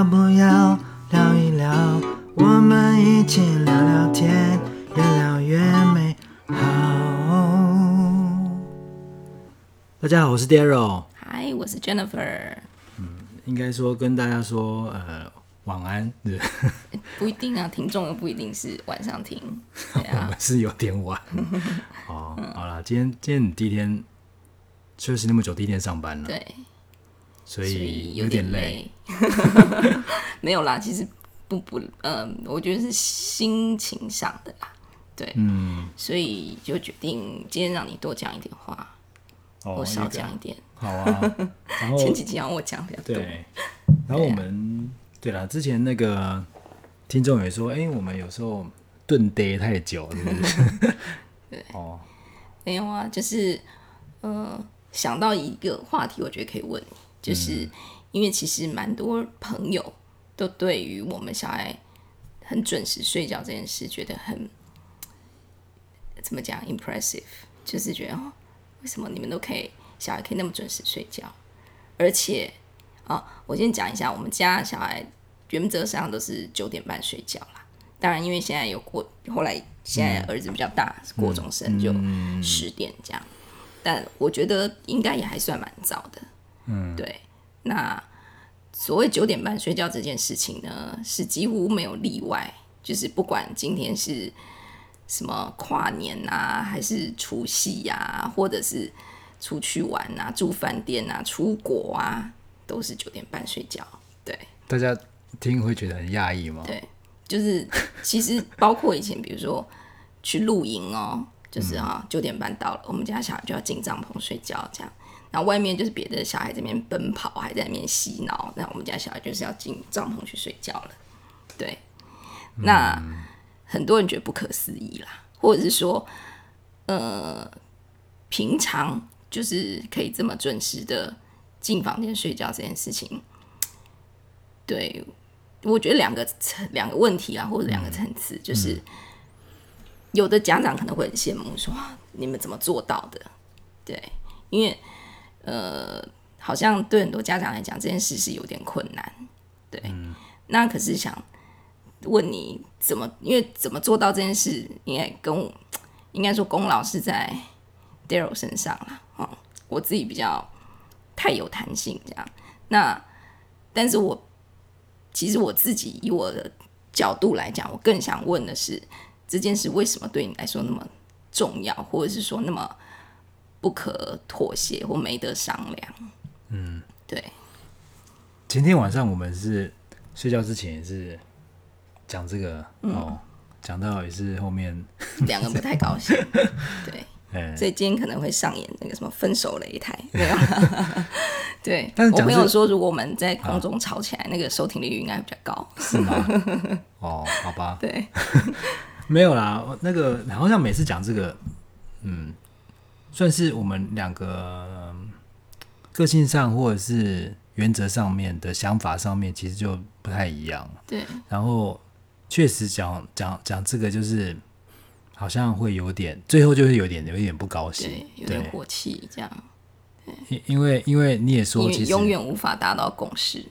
不要聊一聊？我们一起聊聊天，越聊越美好。大家好，我是 Daryl。 嗨，我是 Jennifer。 应该说跟大家说晚安，对不一定啊，听众又不一定是晚上听。对啊， 我们是有点晚。好啦，今天你第一天休息那么久，第一天上班了， 对， 所以有点累。 没有啦，其实我觉得是心情上的啦。对，所以就决定今天让你多讲一点话，我少讲一点。 好啊，然后前几集让我讲比较多。 对，然后我们对啦，之前那个听众也说，我们有时候顿呆太久，是不是？ 对，没有啊，就是想到一个话题，我觉得可以问你，就是因为其实蛮多朋友都对于我们小孩很准时睡觉这件事，觉得很怎么讲 impressive， 就是觉得为什么你们都可以小孩可以那么准时睡觉，而且我先讲一下，我们家小孩原则上都是9点半睡觉啦。当然，因为现在后来现在儿子比较大，是国中生，就10点这样。但我觉得应该也还算蛮早的。对。那所谓9点半睡觉这件事情呢，是几乎没有例外，就是不管今天是什么跨年啊，还是除夕啊，或者是出去玩啊、住饭店啊、出国啊，都是9点半睡觉。对， 大家听会觉得很讶异吗？ 对，就是其实包括以前，比如说去露营就是9点半到了，我们家小孩就要进帐篷睡觉，这样。然后外面就是别的小孩在那边奔跑，还在那边嬉闹，那我们家小孩就是要进帐篷去睡觉了。对，那很多人觉得不可思议啦，或者是说，平常就是可以这么准时的进房间睡觉这件事情，对，我觉得两个问题啦，或者2个层次，就是有的家长可能会很羡慕说，你们怎么做到的？对，因为好像对很多家长来讲，这件事是有点困难。对，那可是想问你因为怎么做到这件事，应该说功劳是在 Daryl 身上啦。我自己比较太有弹性这样。那但是其实我自己以我的角度来讲，我更想问的是，这件事为什么对你来说那么重要，或者是说那么不可妥协或没得商量？对。 前天晚上我们是睡觉之前也是讲这个讲到也是后面 2个不太高兴，对，所以今天可能会上演那个什么分手擂台，没有啦。对，但是我朋友说，如果我们在空中吵起来，那个收听率应该会比较高， 是吗？好吧， 对， 没有啦，那个好像每次讲这个，算是我们2个个性上或者是原则上面的想法上面，其实就不太一样。 对，然后确实讲这个，就是好像会有点，最后就是有点不高兴， 对，有点火气这样。 因为你也说，其实永远无法达到共识。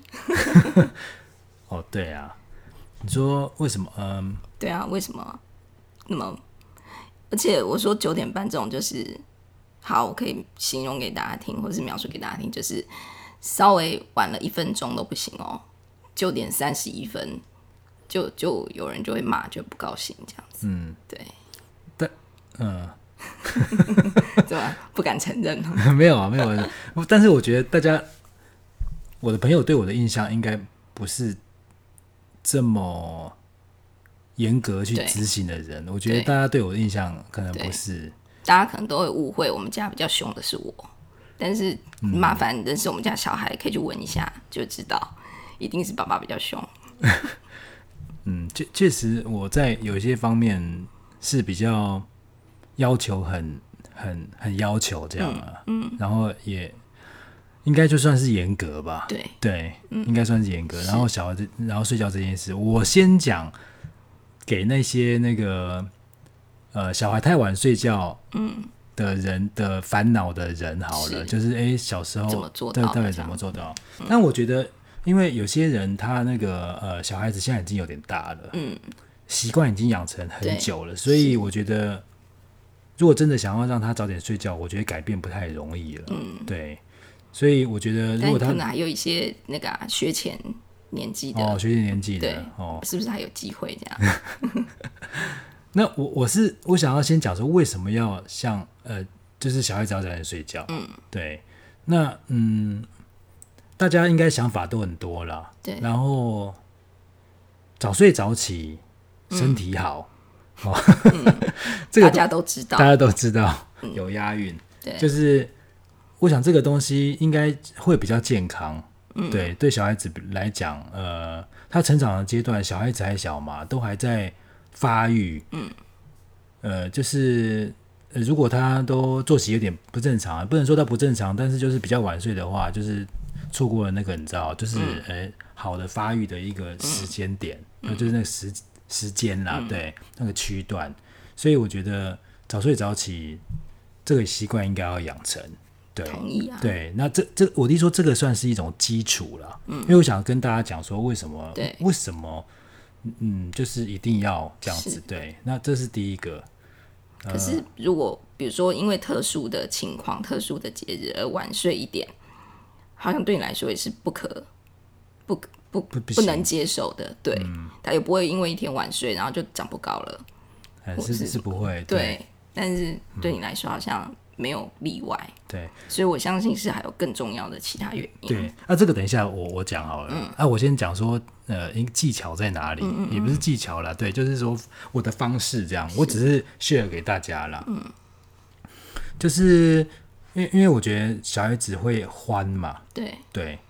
对啊，你说为什么？ 对啊，为什么那么？而且我说9点半这种就是好，我可以形容给大家听，或是描述给大家听，就是稍微晚了1分钟都不行9点31分就有人就会骂，就不高兴这样子。对。对吧？不敢承认。 没有啊，但是我觉得我的朋友对我的印象应该不是这么严格去执行的人。我觉得大家对我的印象可能不是， 大家可能都会误会我们家比较凶的是我，但是麻烦认识我们家小孩可以去问一下就知道，一定是爸爸比较凶。 确实我在有一些方面是比较要求很要求这样然后也应该就算是严格吧，对，应该算是严格。然后然后睡觉这件事，我先讲给那些那个小孩太晚睡觉的人的烦恼的人好了，就是小时候怎么做到到底怎么做到？但我觉得因为有些人他那个小孩子现在已经有点大了，习惯已经养成很久了，所以我觉得如果真的想要让他早点睡觉，我觉得改变不太容易了。对，所以我觉得如果他可能还有一些那个学前年纪的学前年纪的是不是还有机会这样？ 那我想要先讲说为什么要像就是小孩子要早点睡觉。对，那大家应该想法都很多啦。 对， 然后早睡早起身体好。这个大家都知道， 有押韵。 对， 就是我想这个东西应该会比较健康。对小孩子来讲，他成长的阶段，小孩子还小嘛，都还在发育。就是如果他都作息有点不正常，不能说他不正常，但是就是比较晚睡的话，就是错过了那个你知道，就是好的发育的一个时间点，就是那个时间啦，对，那个区段。所以我觉得早睡早起这个习惯应该要养成。对， 同意啊。 对，那我弟说这个算是一种基础啦。因为我想跟大家讲说为什么就是一定要这样子。对，那这是第一个。 可是如果比如说因为特殊的情况、特殊的节日而晚睡一点，好像对你来说也是不能接受的。对，他也不会因为一天晚睡然后就长不高了。 是不会。 对，但是对你来说好像没有例外。 对， 所以我相信是还有更重要的其他原因。 对，这个等一下我讲好了。我先讲说技巧在哪里，也不是技巧啦，对，就是说我的方式这样，我只是 share 给大家啦。就是因为我觉得小孩子会欢嘛。对，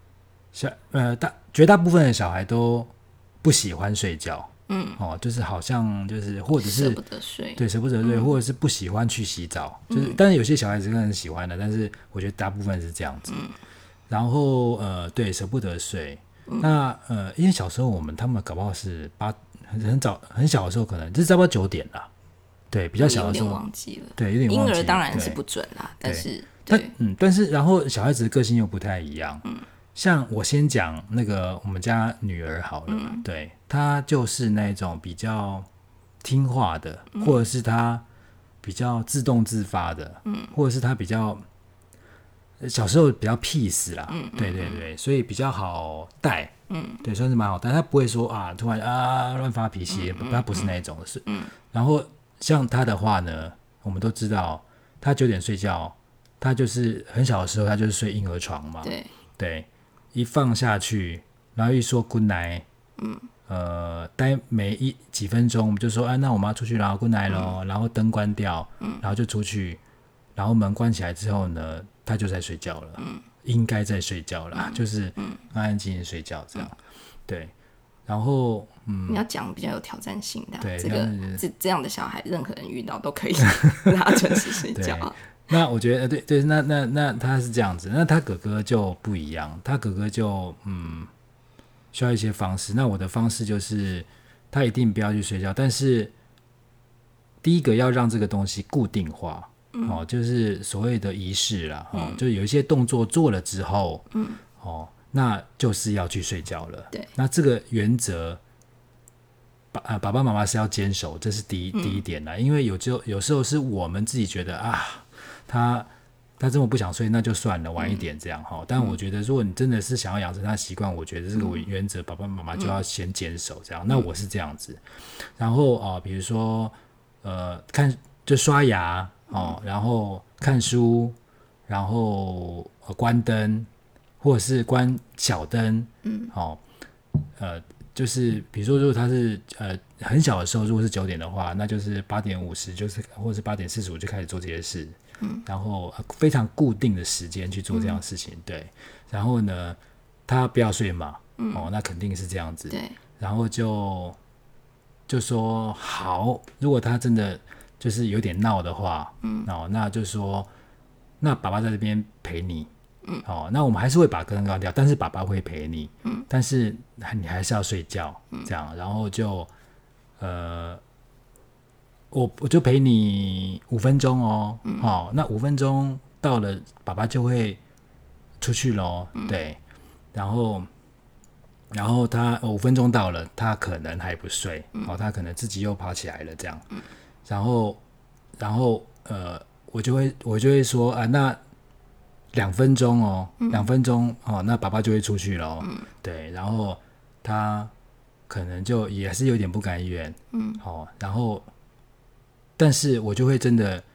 绝大部分的小孩都不喜欢睡觉。就是好像就是或者是舍不得睡， 对，舍不得睡，或者是不喜欢去洗澡。就是但是有些小孩子可能喜欢的，但是我觉得大部分是这样子。然后对，舍不得睡。那因为小时候他们搞不好是很小的时候，可能就是差不多9点啦。对，比较小的时候有点忘记了。 对，有点忘记了。 婴儿当然是不准啦，但是但是然后小孩子的个性又不太一样。像我先讲那个我们家女儿好了。对，她就是那种比较听话的，或者是她比较自动自发的，或者是她比较小时候比较 peace 啦。对，所以比较好带。对，算是蛮好带。她不会说突然乱发脾气，她不是那种的事。然后像她的话呢，我们都知道，她9点睡觉，她就是很小的时候，她就是睡婴儿床嘛。对。一放下去，然后一说 good night，待没几分钟，我们就说那我们要出去，然后 good night 咯，然后灯关掉，然后就出去，然后门关起来之后呢，他就在睡觉了。应该在睡觉了。就是安安静静睡觉这样。对，然后你要讲比较有挑战性的。 对， 这样的小孩，任何人遇到都可以让他准时睡觉。 那我觉得对，那他是这样子，那他哥哥就不一样，他哥哥就需要一些方式。那我的方式就是他一定不要去睡觉，但是第一个要让这个东西固定化。就是所谓的仪式啦。就有一些动作做了之后，那就是要去睡觉了。 对， 那这个原则爸爸妈妈是要坚守，这是第一点啦。因为有时候是我们自己觉得他这么不想睡，那就算了，晚一点这样。但我觉得如果你真的是想要养成他习惯，我觉得这个原则爸爸妈妈就要先坚守这样。那我是这样子。然后比如说就刷牙，然后看书，然后关灯，或者是关小灯。就是比如说如果他是很小的时候，如果是9点的话，那就是8点50，就是或者是8点45就开始做这些事。然后非常固定的时间去做这样的事情。对，然后呢他不要睡嘛。那肯定是这样子。 对， 然后就说好，如果他真的就是有点闹的话，那就说那爸爸在这边陪你。那我们还是会把灯关掉，但是爸爸会陪你。但是你还是要睡觉。这样，然后就我就陪你5分钟哦。那5分钟到了，爸爸就会出去咯。对，然后然后他5分钟到了，他可能还不睡，他可能自己又跑起来了这样，然后我就会说啊，那2分钟哦，2分钟哦，那爸爸就会出去了哦，对，然后他可能就也是有点不甘愿，然后但是我就会真的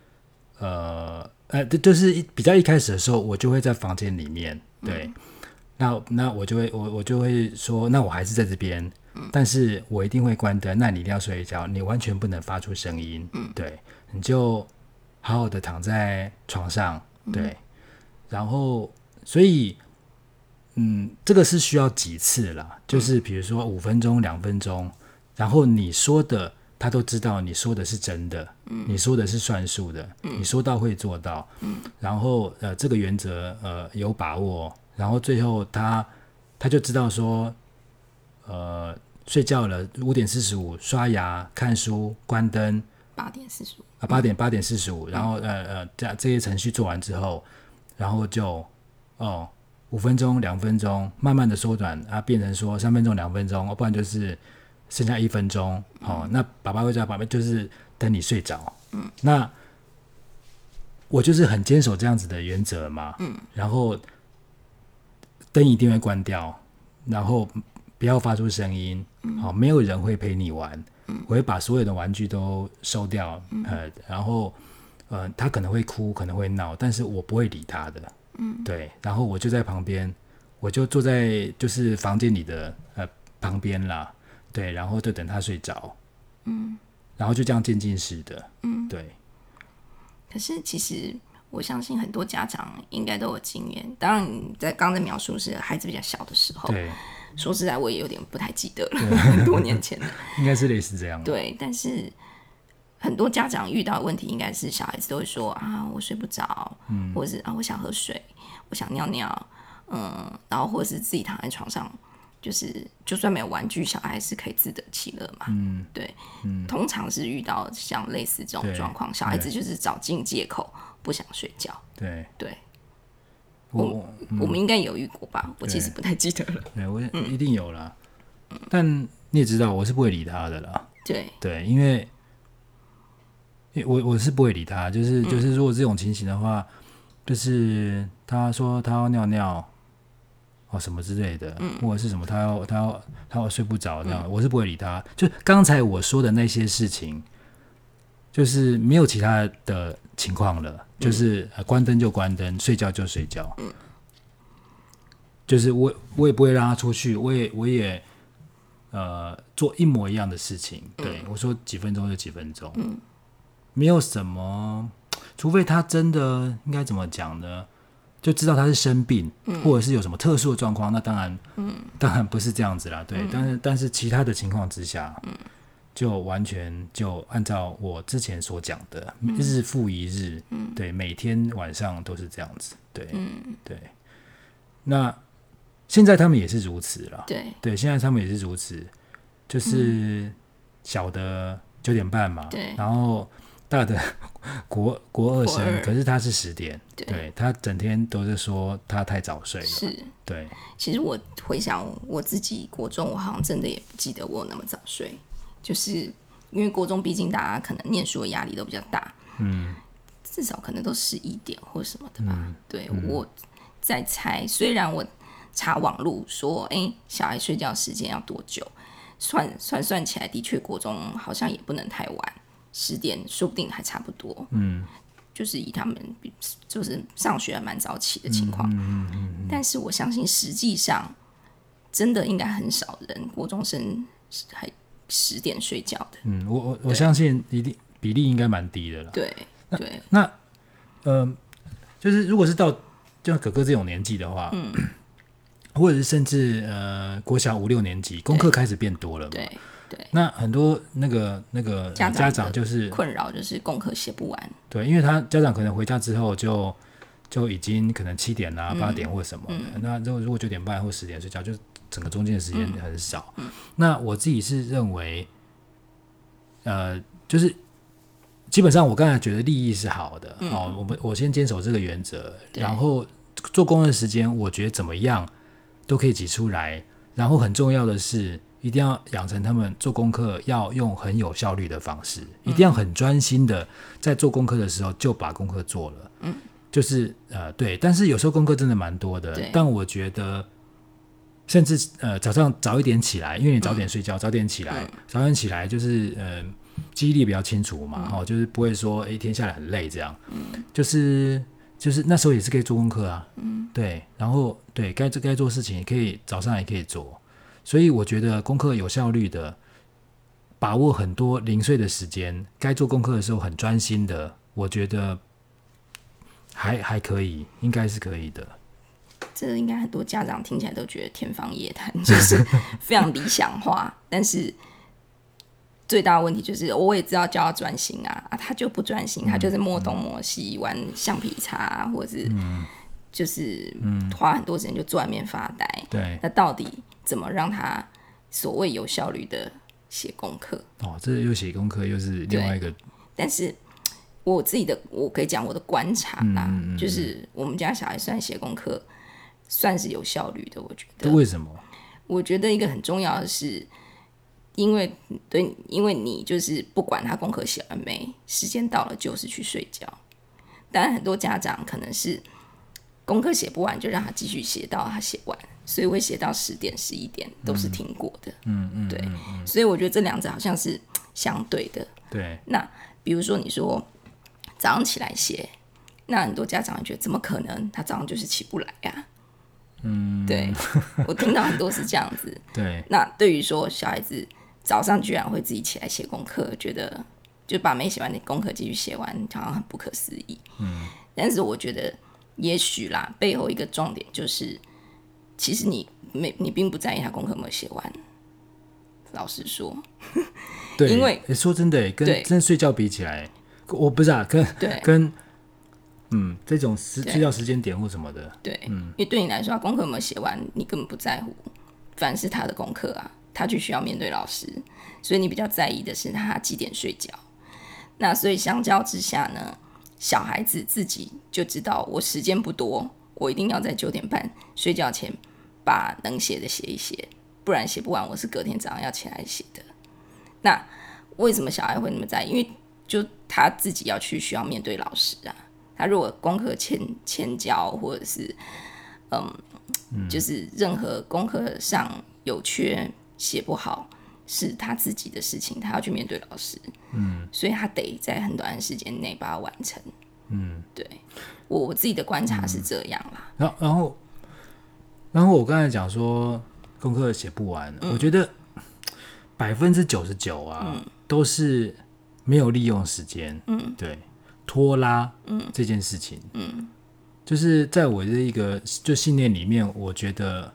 就是比较一开始的时候，我就会在房间里面，对，那我就会说，那我还是在这边，但是我一定会关灯，那你一定要睡一觉，你完全不能发出声音，对，你就好好的躺在床上，对，然后所以这个是需要几次啦，就是比如说5分钟、2分钟，然后你说的他都知道你说的是真的，你说的是算数的，你说到会做到，然后这个原则有把握，然后最后他就知道说睡觉了5点45刷牙看书关灯 8点45 8点45，然后这些程序做完之后，然后就5分钟2分钟慢慢的缩短变成说3分钟2分钟，不然就是剩下1分钟，那爸爸会叫爸爸就是等你睡着，那我就是很坚守这样子的原则嘛，然后灯一定会关掉，然后不要发出声音，没有人会陪你玩，我会把所有的玩具都收掉，然后他可能会哭可能会闹，但是我不会理他的，对，然后我就在旁边，我就坐在就是房间里的旁边啦，对，然后就等他睡着，然后就这样渐进式的，对。 可是其实我相信很多家长应该都有经验，当然你刚才描述是孩子比较小的时候， 对， 说实在我也有点不太记得了，很多年前的， 应该是类似这样。 对，但是很多家长遇到的问题应该是小孩子都会说啊我睡不着，或者是我想喝水，我想尿尿，然后或者是自己躺在床上，就是就算没有玩具，小孩是可以自得其乐嘛，对，通常是遇到像类似这种状况，小孩子就是找尽借口不想睡觉， 对， 我们应该有遇过吧？我其实不太记得了。 对，我一定有啦。但你也知道，我是不会理他的啦。 对， 因为我是不会理他，就是如果这种情形的话，就是他说他要尿尿什么之类的，或者是什么他要睡不着这样，我是不会理他。就刚才我说的那些事情，就是没有其他的情况了，就是关灯就关灯，睡觉就睡觉。就是我也不会让他出去，我也做一模一样的事情。对，我说几分钟就几分钟，没有什么，除非他真的应该怎么讲呢？就知道他是生病，或者是有什么特殊的状况，那当然不是这样子啦。对，但是其他的情况之下，就完全就按照我之前所讲的，日复一日，对，每天晚上都是这样子。对，对。那现在他们也是如此啦。对，现在他们也是如此，就是小的9点半嘛，然后大的国二生，可是他是10点，对，他整天都是说他太早睡了， 是， 对。 其实我回想我自己国中，我好像真的也不记得我有那么早睡，就是因为国中毕竟大家可能念书的压力都比较大，至少可能都11点或什么的吧。对，我在猜，虽然我查网路说，小孩睡觉时间要多久，算起来的确国中好像也不能太晚，10点说不定还差不多。就是以他们就是上学还蛮早起的情况。但是我相信实际上真的应该很少人国中生还10点睡觉的。 我相信一定比例应该蛮低的了。 对。 那就是如果是到就像哥哥这种年纪的话，或者是甚至国小5、6年级，功课开始变多了嘛。 对。 那很多那个家长就是困扰，就是功课写不完。 对，因为他家长可能回家之后就已经可能7点啦、8点或什么的。那如果9点半或10点睡觉，就整个中间的时间很少。那我自己是认为，就是基本上我刚才觉得利益是好的，我先坚守这个原则，然后做工的时间，我觉得怎么样都可以挤出来， 然后很重要的是，一定要养成他们做功课要用很有效率的方式，一定要很专心的在做功课的时候就把功课做了。就是对，但是有时候功课真的蛮多的，但我觉得甚至早上早一点起来，因为你早点睡觉，早点起来就是记忆力比较清楚嘛，就是不会说一天下来很累这样，就是那时候也是可以做功课啊，对，然后对该做事情可以早上也可以做，所以我觉得功课有效率的，把握很多零碎的时间，该做功课的时候很专心的，我觉得还可以，应该是可以的。 这应该很多家长听起来都觉得天方夜谭，就是非常理想化，但是最大的问题就是我也知道叫他专心啊，他就不专心，他就是摸东摸西玩橡皮擦，或者是就是花很多时间就坐在那边发呆。 对， 那到底怎么让他所谓有效率的写功课？ 这又写功课又是另外一个。 但是我可以讲我的观察啦，就是我们家小孩虽然写功课算是有效率的，我觉得。 为什么？ 我觉得一个很重要的是，因为你就是不管他功课写完没，时间到了就是去睡觉。当然，很多家长可能是功课写不完就让他继续写到他写完，所以会写到10点、11点，都是听过的。对，所以我觉得这两者好像是相对的。 对。 那比如说你说早上起来写，那很多家长会觉得怎么可能？他早上就是起不来呀。对，我听到很多是这样子。 对。 那对于说小孩子早上居然会自己起来写功课，觉得就把没写完的功课继续写完，好像很不可思议。但是我觉得也许啦，背后一个重点就是，其实你并不在意他功课有没有写完。老实说， 对， 因为说真的，跟真的睡觉比起来，我不是跟这种睡觉时间点或什么的， 对，因为对你来说，他功课有没有写完，你根本不在乎，反而是他的功课啊，他就需要面对老师，所以你比较在意的是他几点睡觉。那所以相较之下呢，小孩子自己就知道我时间不多，我一定要在9点半睡觉前把能写的写一写，不然写不完我是隔天早上要起来写的。那为什么小孩会那么在意？因为就他自己要需要面对老师啊。他如果功课欠交，或者是就是任何功课上有缺写不好，是他自己的事情，他要去面对老师。所以他得在很短的时间内把它完成。对，我自己的观察是这样啦。 然后我刚才讲说功课写不完，我觉得99%啊，都是没有利用时间。对。拖拉这件事情，就是在我的一个就信念里面，我觉得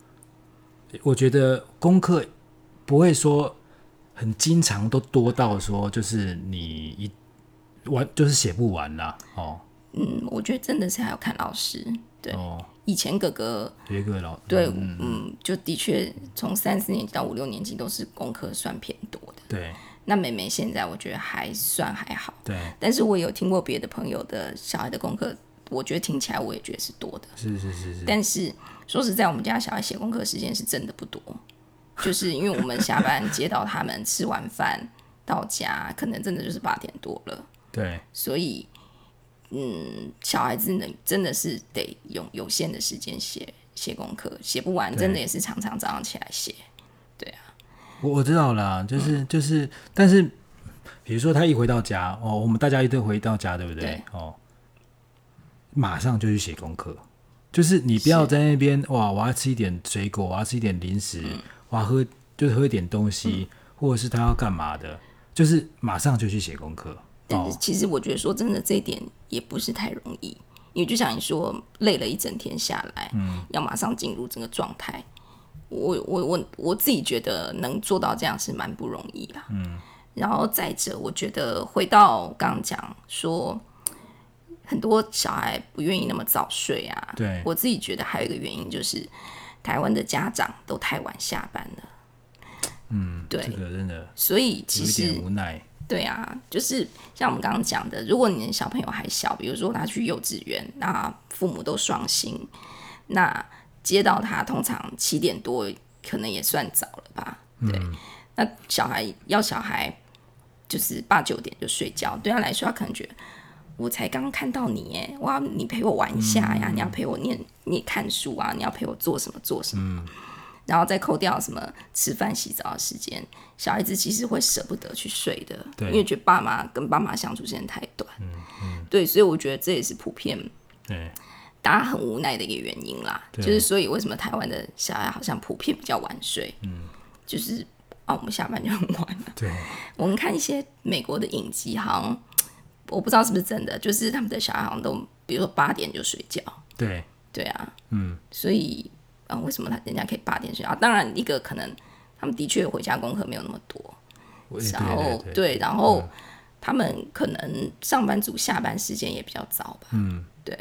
功课不会说很经常都多到说就是你就是写不完啦。 我觉得真的是还要看老师。对，以前哥哥对，就的确从3、4年级到5、6年级都是功课算偏多的。 对。 那妹妹现在我觉得还好， 对。 但是我有听过别的朋友的小孩的功课，我觉得听起来我也觉得是多的。 是。 但是说实在，我们家小孩写功课时间是真的不多，就是因为我们下班接到他们吃完饭到家，可能真的就是8点多了。 对。 所以，小孩子真的是得用有限的时间写功课，写不完真的也是常常早上起来写。对啊。 我知道啦，就是，但是比如说他一回到家，我们大家一定回到家，对不对？ 对。 马上就去写功课，就是你不要在那边哇，我要吃一点水果，我要吃一点零食，我要喝一点东西，或者是他要干嘛的，就是马上就去写功课。 但是其实我觉得说真的，这一点也不是太容易，因为就像你说，累了一整天下来，要马上进入这个状态。我自己觉得能做到这样是蛮不容易啦。然后再者，我觉得回到刚刚讲说，很多小孩不愿意那么早睡啊。 对。 我自己觉得还有一个原因就是台湾的家长都太晚下班了。对， 这个真的， 所以其实有一点无奈。 对啊，就是像我们刚刚讲的，如果你的小朋友还小，比如说他去幼稚园，那父母都双薪，那接到他通常7点多可能也算早了吧。对，那小孩就是8、9点就睡觉，对他来说，他可能觉得我才刚看到你耶，我要你陪我玩一下呀，你要陪我念看书啊，你要陪我做什么，然后再扣掉什么吃饭洗澡的时间，小孩子其实会舍不得去睡的，因为觉得跟爸妈相处时间太短。对，所以我觉得这也是普遍大家很无奈的一个原因啦。就是所以为什么台湾的小孩好像普遍比较晚睡，就是我们下班就很晚了。 对， 我们看一些美国的影集，好像我不知道是不是真的，就是他们的小孩好像都比如说8点就睡觉。对啊，所以为什么人家可以8点睡觉？当然，一个可能他们的确回家功课没有那么多，然后然后他们可能上班族下班时间也比较早吧。对，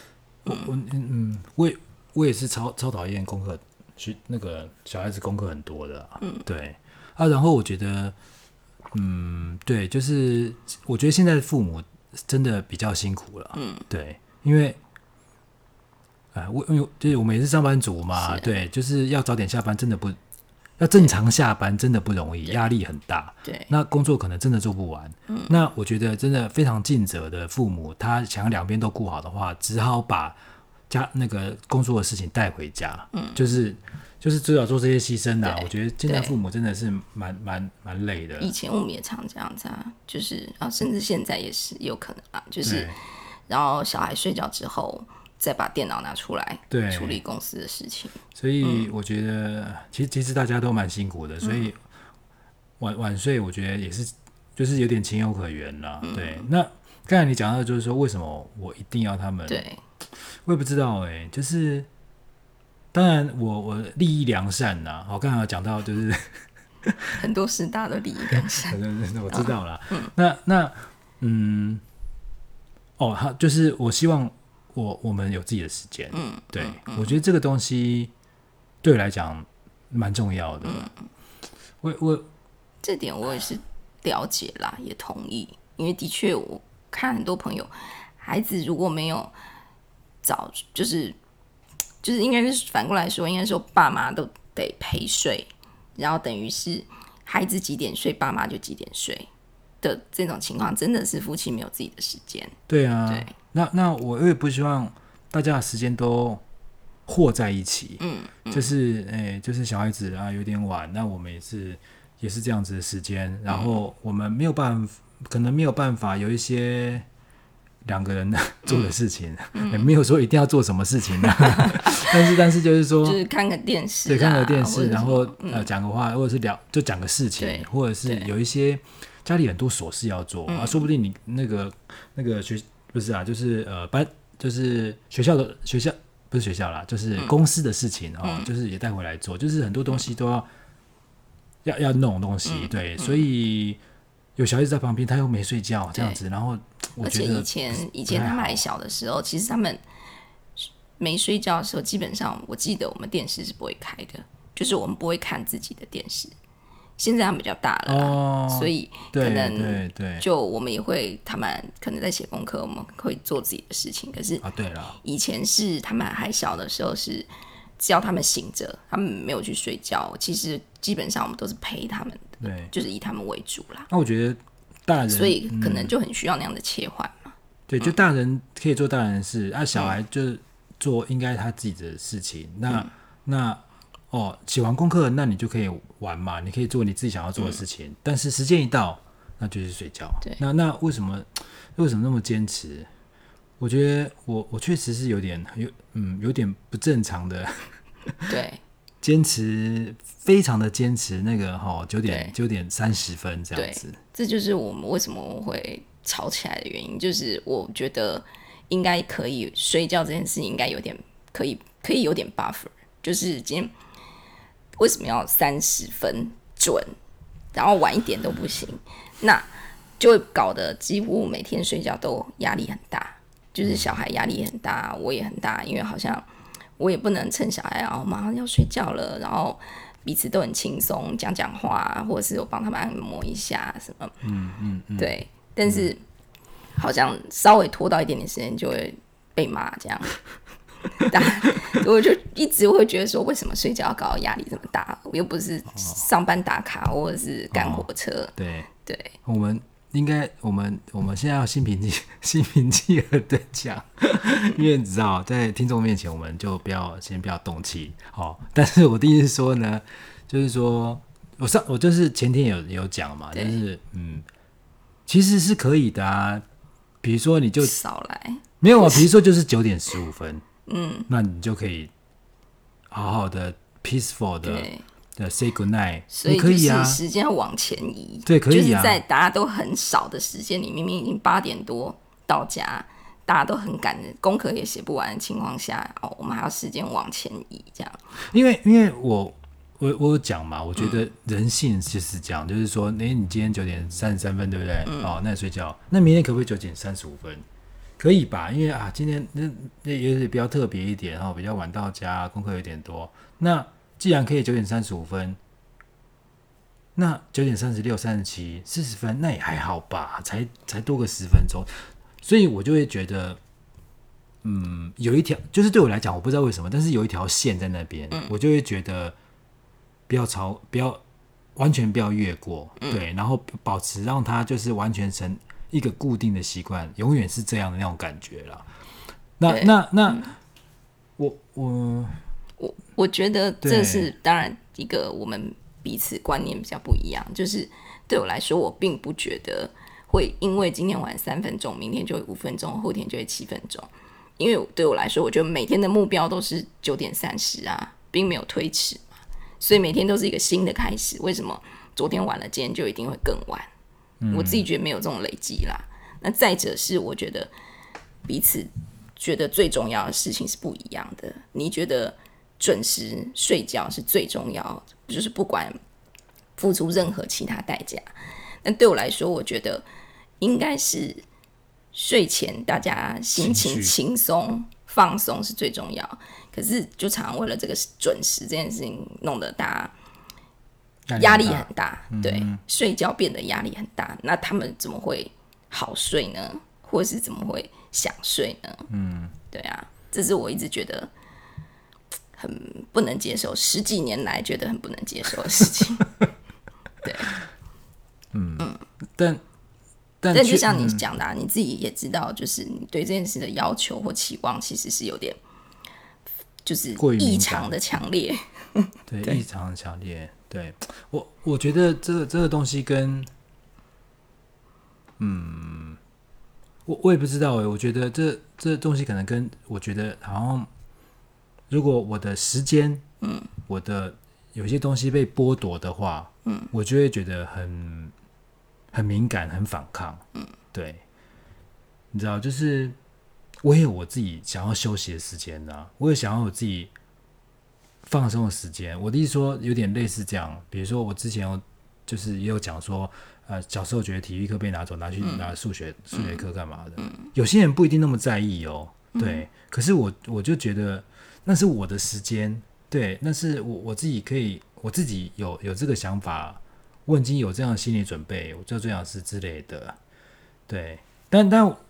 我也是超讨厌功课，那个小孩子功课很多的对然后我觉得，对，就是我觉得现在的父母真的比较辛苦了，对，因为就是我们也是上班族嘛，对，就是要早点下班，真的不要正常下班，真的不容易，压力很大。 对， 那工作可能真的做不完。那我觉得真的非常尽责的父母，他想要两边都顾好的话，只好把那个工作的事情带回家。就是至少做这些牺牲啦。我觉得现在父母真的是蛮累的。 以前我们也常这样子就是甚至现在也是有可能就是然后小孩睡觉之后，再把电脑拿出来处理公司的事情。 所以我觉得其实大家都蛮辛苦的，所以晚睡我觉得也是就是有点情有可原啦。对，那刚才你讲到的就是说为什么我一定要他们， 对， 我也不知道就是当然我利益良善啦，我刚才有讲到就是很多事大家都利益良善我知道啦。就是我希望我们有自己的时间。对，我觉得这个东西对我来讲蛮重要的。我这点我也是了解啦，也同意，因为的确我看很多朋友，孩子如果没有早，就是应该是反过来说，应该说爸妈都得陪睡，然后等于是孩子几点睡，爸妈就几点睡的这种情况，真的是夫妻没有自己的时间。 对啊，对，那我也不希望大家的时间都和在一起。就是小孩子有点晚，那我们也是这样子的时间，然后我们可能没有办法有一些两个人做的事情，没有说一定要做什么事情但是就是说， 就是看个电视， 对，看个电视，然后讲个话，或者是就讲个事情，或者是有一些家里很多琐事要做说不定你那个不是就是就是学校不是学校啦，就是公司的事情就是也带回来做，就是很多东西都要弄东西。对，所以有小孩子在旁边，他又没睡觉这样子，然后我觉得而且以前他们还小的时候，其实他们没睡觉的时候，基本上我记得我们电视是不会开的，就是我们不会看自己的电视。现在他们比较大了所以可能就我们也会，他们可能在写功课，我们会做自己的事情。可是对了， 以前是他们还小的时候，是只要他们醒着，他们没有去睡觉，其实基本上我们都是陪他们的，就是以他们为主啦。 那我觉得大人， 所以可能就很需要那样的切换嘛。 对，就大人可以做大人的事，小孩就做应该他自己的事情。那写完功课，那你就可以玩嘛，你可以做你自己想要做的事情。但是时间一到，那就是睡觉。 对， 那为什么那么坚持？我觉得我确实是有点不正常的， 对， 坚持非常的坚持那个9点30分这样子。 这就是我们为什么会吵起来的原因，就是我觉得应该可以睡觉这件事情应该有点可以有点 buffer， 就是今天为什么要30分准，然后晚一点都不行，那就会搞得几乎每天睡觉都压力很大，就是小孩压力很大，我也很大，因为好像我也不能趁小孩马上要睡觉了，然后彼此都很轻松讲话，或者是我帮他们按摩一下什么，对，但是好像稍微拖到一点点时间就会被骂这样。 我就一直会觉得说，为什么睡觉要搞到压力这么大？我又不是上班打卡或者是赶火车。 对， 我们应该，我们现在要心平气和的讲，因为你知道，在听众面前，我们就先不要动气。但是我的意思是说呢，就是说我就是前天有讲嘛，就是其实是可以的啊。比如说你就少来， 没有啊，比如说就是9:15，那你就可以好好的 peaceful 的 say good night， 所以就是时间要往前移， 对，可以啊， 就是在大家都很少的时间里，明明已经8点多到家，大家都很赶的，功课也写不完的情况下，我们还要时间往前移，这样。 因为我有讲嘛，我觉得人性就是这样，就是说，你今天9:33，对不对？那你睡觉，那明天可不可以9:35？可以吧？因为今天那有点比较特别一点，比较晚到家，功课有点多。那既然可以9:35，那9:36、37、40，那也还好吧，才多个10分钟。所以我就会觉得，有一条，就是对我来讲，我不知道为什么，但是有一条线在那边，我就会觉得完全不要越过，对，然后保持让它就是完全成一个固定的习惯，永远是这样的那种感觉啦。那我觉得这是当然一个我们彼此观念比较不一样，就是对我来说，我并不觉得会因为今天晚3分钟，明天就会5分钟，后天就会7分钟。因为对我来说，我觉得每天的目标都是9:30啊，并没有推迟嘛，所以每天都是一个新的开始。为什么昨天晚了，今天就一定会更晚？我自己觉得没有这种累积啦。那再者是，我觉得彼此觉得最重要的事情是不一样的。你觉得准时睡觉是最重要，就是不管付出任何其他代价。但对我来说，我觉得应该是睡前大家心情轻松放松是最重要。可是就常常为了这个准时这件事情，弄得大家压力很大，对，睡觉变得压力很大。那他们怎么会好睡呢？或是怎么会想睡呢？对啊，这是我一直觉得很不能接受，10几年来觉得很不能接受的事情。对，但就像你讲的你自己也知道，就是你对这件事的要求或期望，其实是有点就是异常的强烈。 对，异常的强烈。对，我觉得这个东西跟我也不知道我觉得这东西可能跟我觉得好像，如果我的时间，我的有些东西被剥夺的话，我就会觉得很敏感，很反抗。对，你知道，就是我也有我自己想要休息的时间啊，我也想要我自己放松的时间。我的意思说，有点类似这样。比如说，我之前就是也有讲说，小时候觉得体育课被拿走，拿去拿数学课干嘛的？有些人不一定那么在意哦。对，可是我就觉得那是我的时间，对，那是我自己可以，我自己有这个想法，我已经有这样的心理准备，我做这样的事之类的。对，但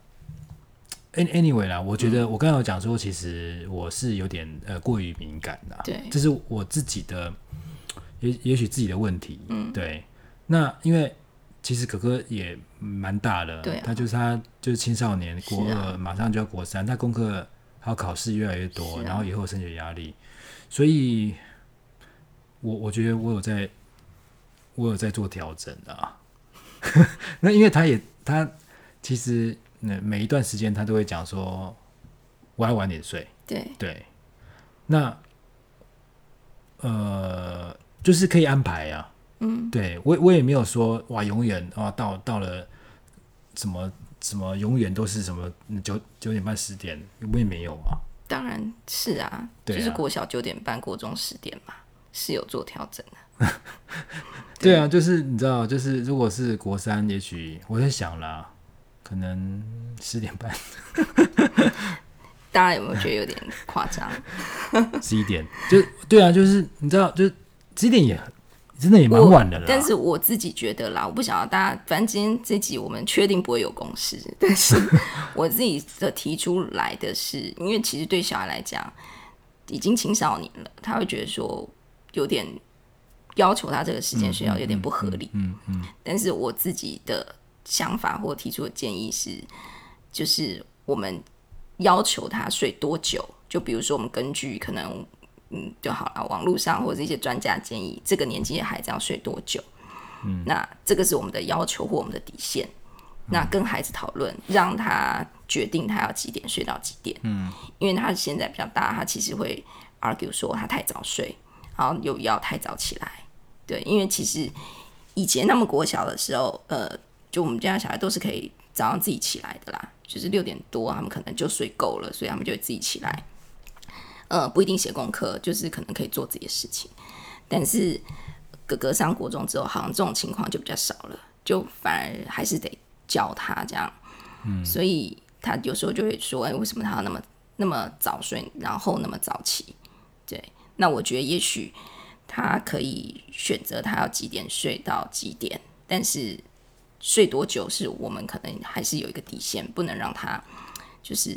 anyway 啦，我觉得我刚才有讲说，其实我是有点过于敏感的， 对， 这是我自己的，也许自己的问题，对。那因为其实哥哥也蛮大了， 对他就是青少年，国2马上就要国3，他功课还有考试越来越多，然后以后有升学压力，所以我觉得我有在做调整啊。那因为他其实每一段时间他都会讲说我要晚点睡，对，那就是可以安排啊，对，我也没有说哇永远到了什么永远都是什么9点半10点，我也没有啊。 当然是啊，就是国小9点半，国中10点嘛，是有做调整的。 对啊，就是你知道，就是如果是国3，也许我在想啦，可能10点半。 大家有没有觉得有点夸张？ 11点，就对啊，就是你知道，就是11点真的也蛮晚的了。 但是我自己觉得啦，我不想要大家，反正今天这集我们确定不会有共识，但是我自己的提出来的是，因为其实对小孩来讲，已经青少年了，他会觉得说有点要求他这个时间睡觉有点不合理。但是我自己的想法或提出的建议是，就是我们要求他睡多久，就比如说我们根据可能就好了，网络上或者一些专家建议，这个年纪的孩子要睡多久？那这个是我们的要求或我们的底线。那跟孩子讨论，让他决定他要几点睡到几点。因为他现在比较大，他其实会 argue 说他太早睡，然后又要太早起来。对，因为其实以前他们国小的时候，就我们家小孩都是可以早上自己起来的啦，就是6点多他们可能就睡够了，所以他们就会自己起来。不一定写功课，就是可能可以做自己的事情。但是哥哥上国中之后，好像这种情况就比较少了，就反而还是得教他这样。所以他有时候就会说：“为什么他要那么早睡，然后那么早起？”对，那我觉得也许他可以选择他要几点睡到几点，但是睡多久是我们可能还是有一个底线，不能让他就是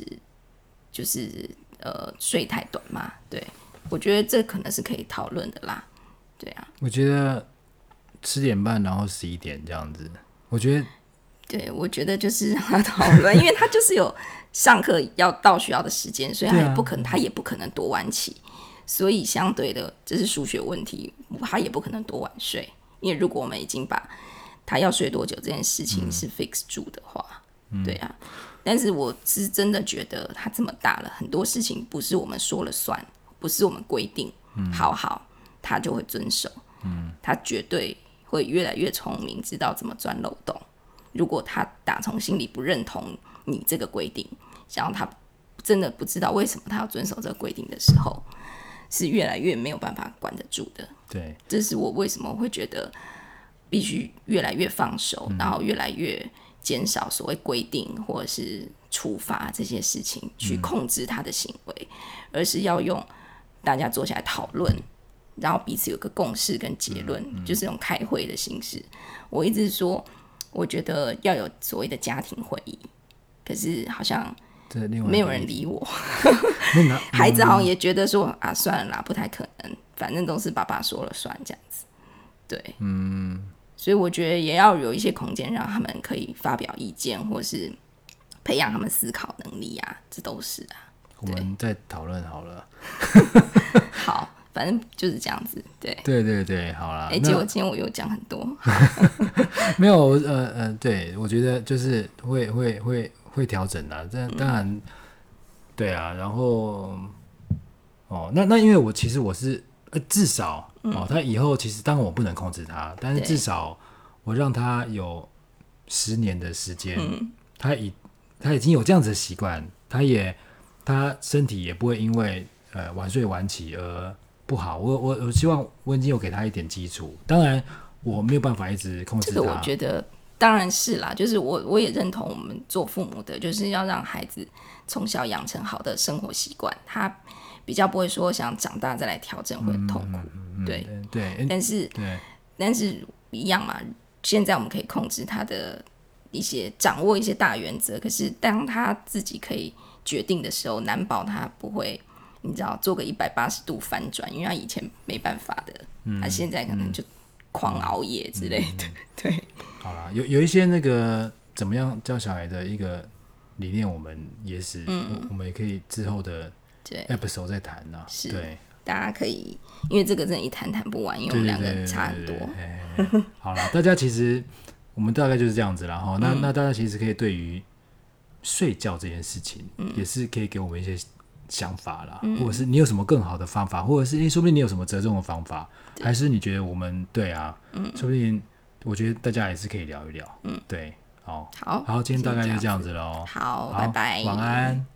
睡太短嘛。对，我觉得这可能是可以讨论的啦。对啊， 我觉得10点半然后11点这样子，我觉得对，我觉得就是让他讨论，因为他就是有上课要到学校的时间，所以他也不可能多晚起，所以相对的这是数学问题，他也不可能多晚睡，因为如果我们已经把他要睡多久这件事情是 fix 住的话，对啊。但是我是真的觉得他这么大了，很多事情不是我们说了算，不是我们规定好他就会遵守，他绝对会越来越聪明，知道怎么钻漏洞。如果他打从心里不认同你这个规定，想要他真的不知道为什么他要遵守这个规定的时候，是越来越没有办法管得住的。 对， 这是我为什么会觉得必须越来越放手，然后越来越减少所谓规定或者是处罚这些事情去控制他的行为，而是要用大家坐下来讨论，然后彼此有个共识跟结论，就是用开会的形式。我一直说我觉得要有所谓的家庭会议，可是好像没有人理我孩子好像也觉得说啊，算了啦，不太可能，反正都是爸爸说了算这样子。对，所以我觉得也要有一些空间让他们可以发表意见，或是培养他们思考能力啊，这都是啊。 我们再讨论好了好，反正就是这样子。 对，好啦。 结果今天我又讲很多没有，对，我觉得就是会调整的，当然，对啊，然后那因为其实我是至少他以后其实当然我不能控制他，但是至少我让他有10年的时间，他已经有这样子的习惯，他身体也不会因为晚睡晚起而不好。我希望我已经有给他一点基础，当然我没有办法一直控制他。 这个我觉得当然是啦，就是我也认同我们做父母的，就是要让孩子从小养成好的生活习惯，他比较不会说想长大再来调整会很痛苦。对，但是一样嘛，现在我们可以控制他的掌握一些大原则，可是当他自己可以决定的时候，难保他不会你知道做个180度翻转，因为他以前没办法的，他现在可能就狂熬夜之类的。对， 好啦，有一些那个怎么样教小孩的一个理念，我们也是，我们也可以之后的 episode 再谈啊。 是， 对， 大家可以，因为这个真的一谈不完，因为我们两个差很多。 好啦，大家其实我们大概就是这样子啦哈。那大家其实可以对于睡觉这件事情，也是可以给我们一些想法啦，或者是你有什么更好的方法，或者是说不定你有什么折中的方法，还是你觉得我们对啊，说不定我觉得大家也是可以聊一聊。对，好，今天大概就这样子咯。 好，拜拜， 晚安。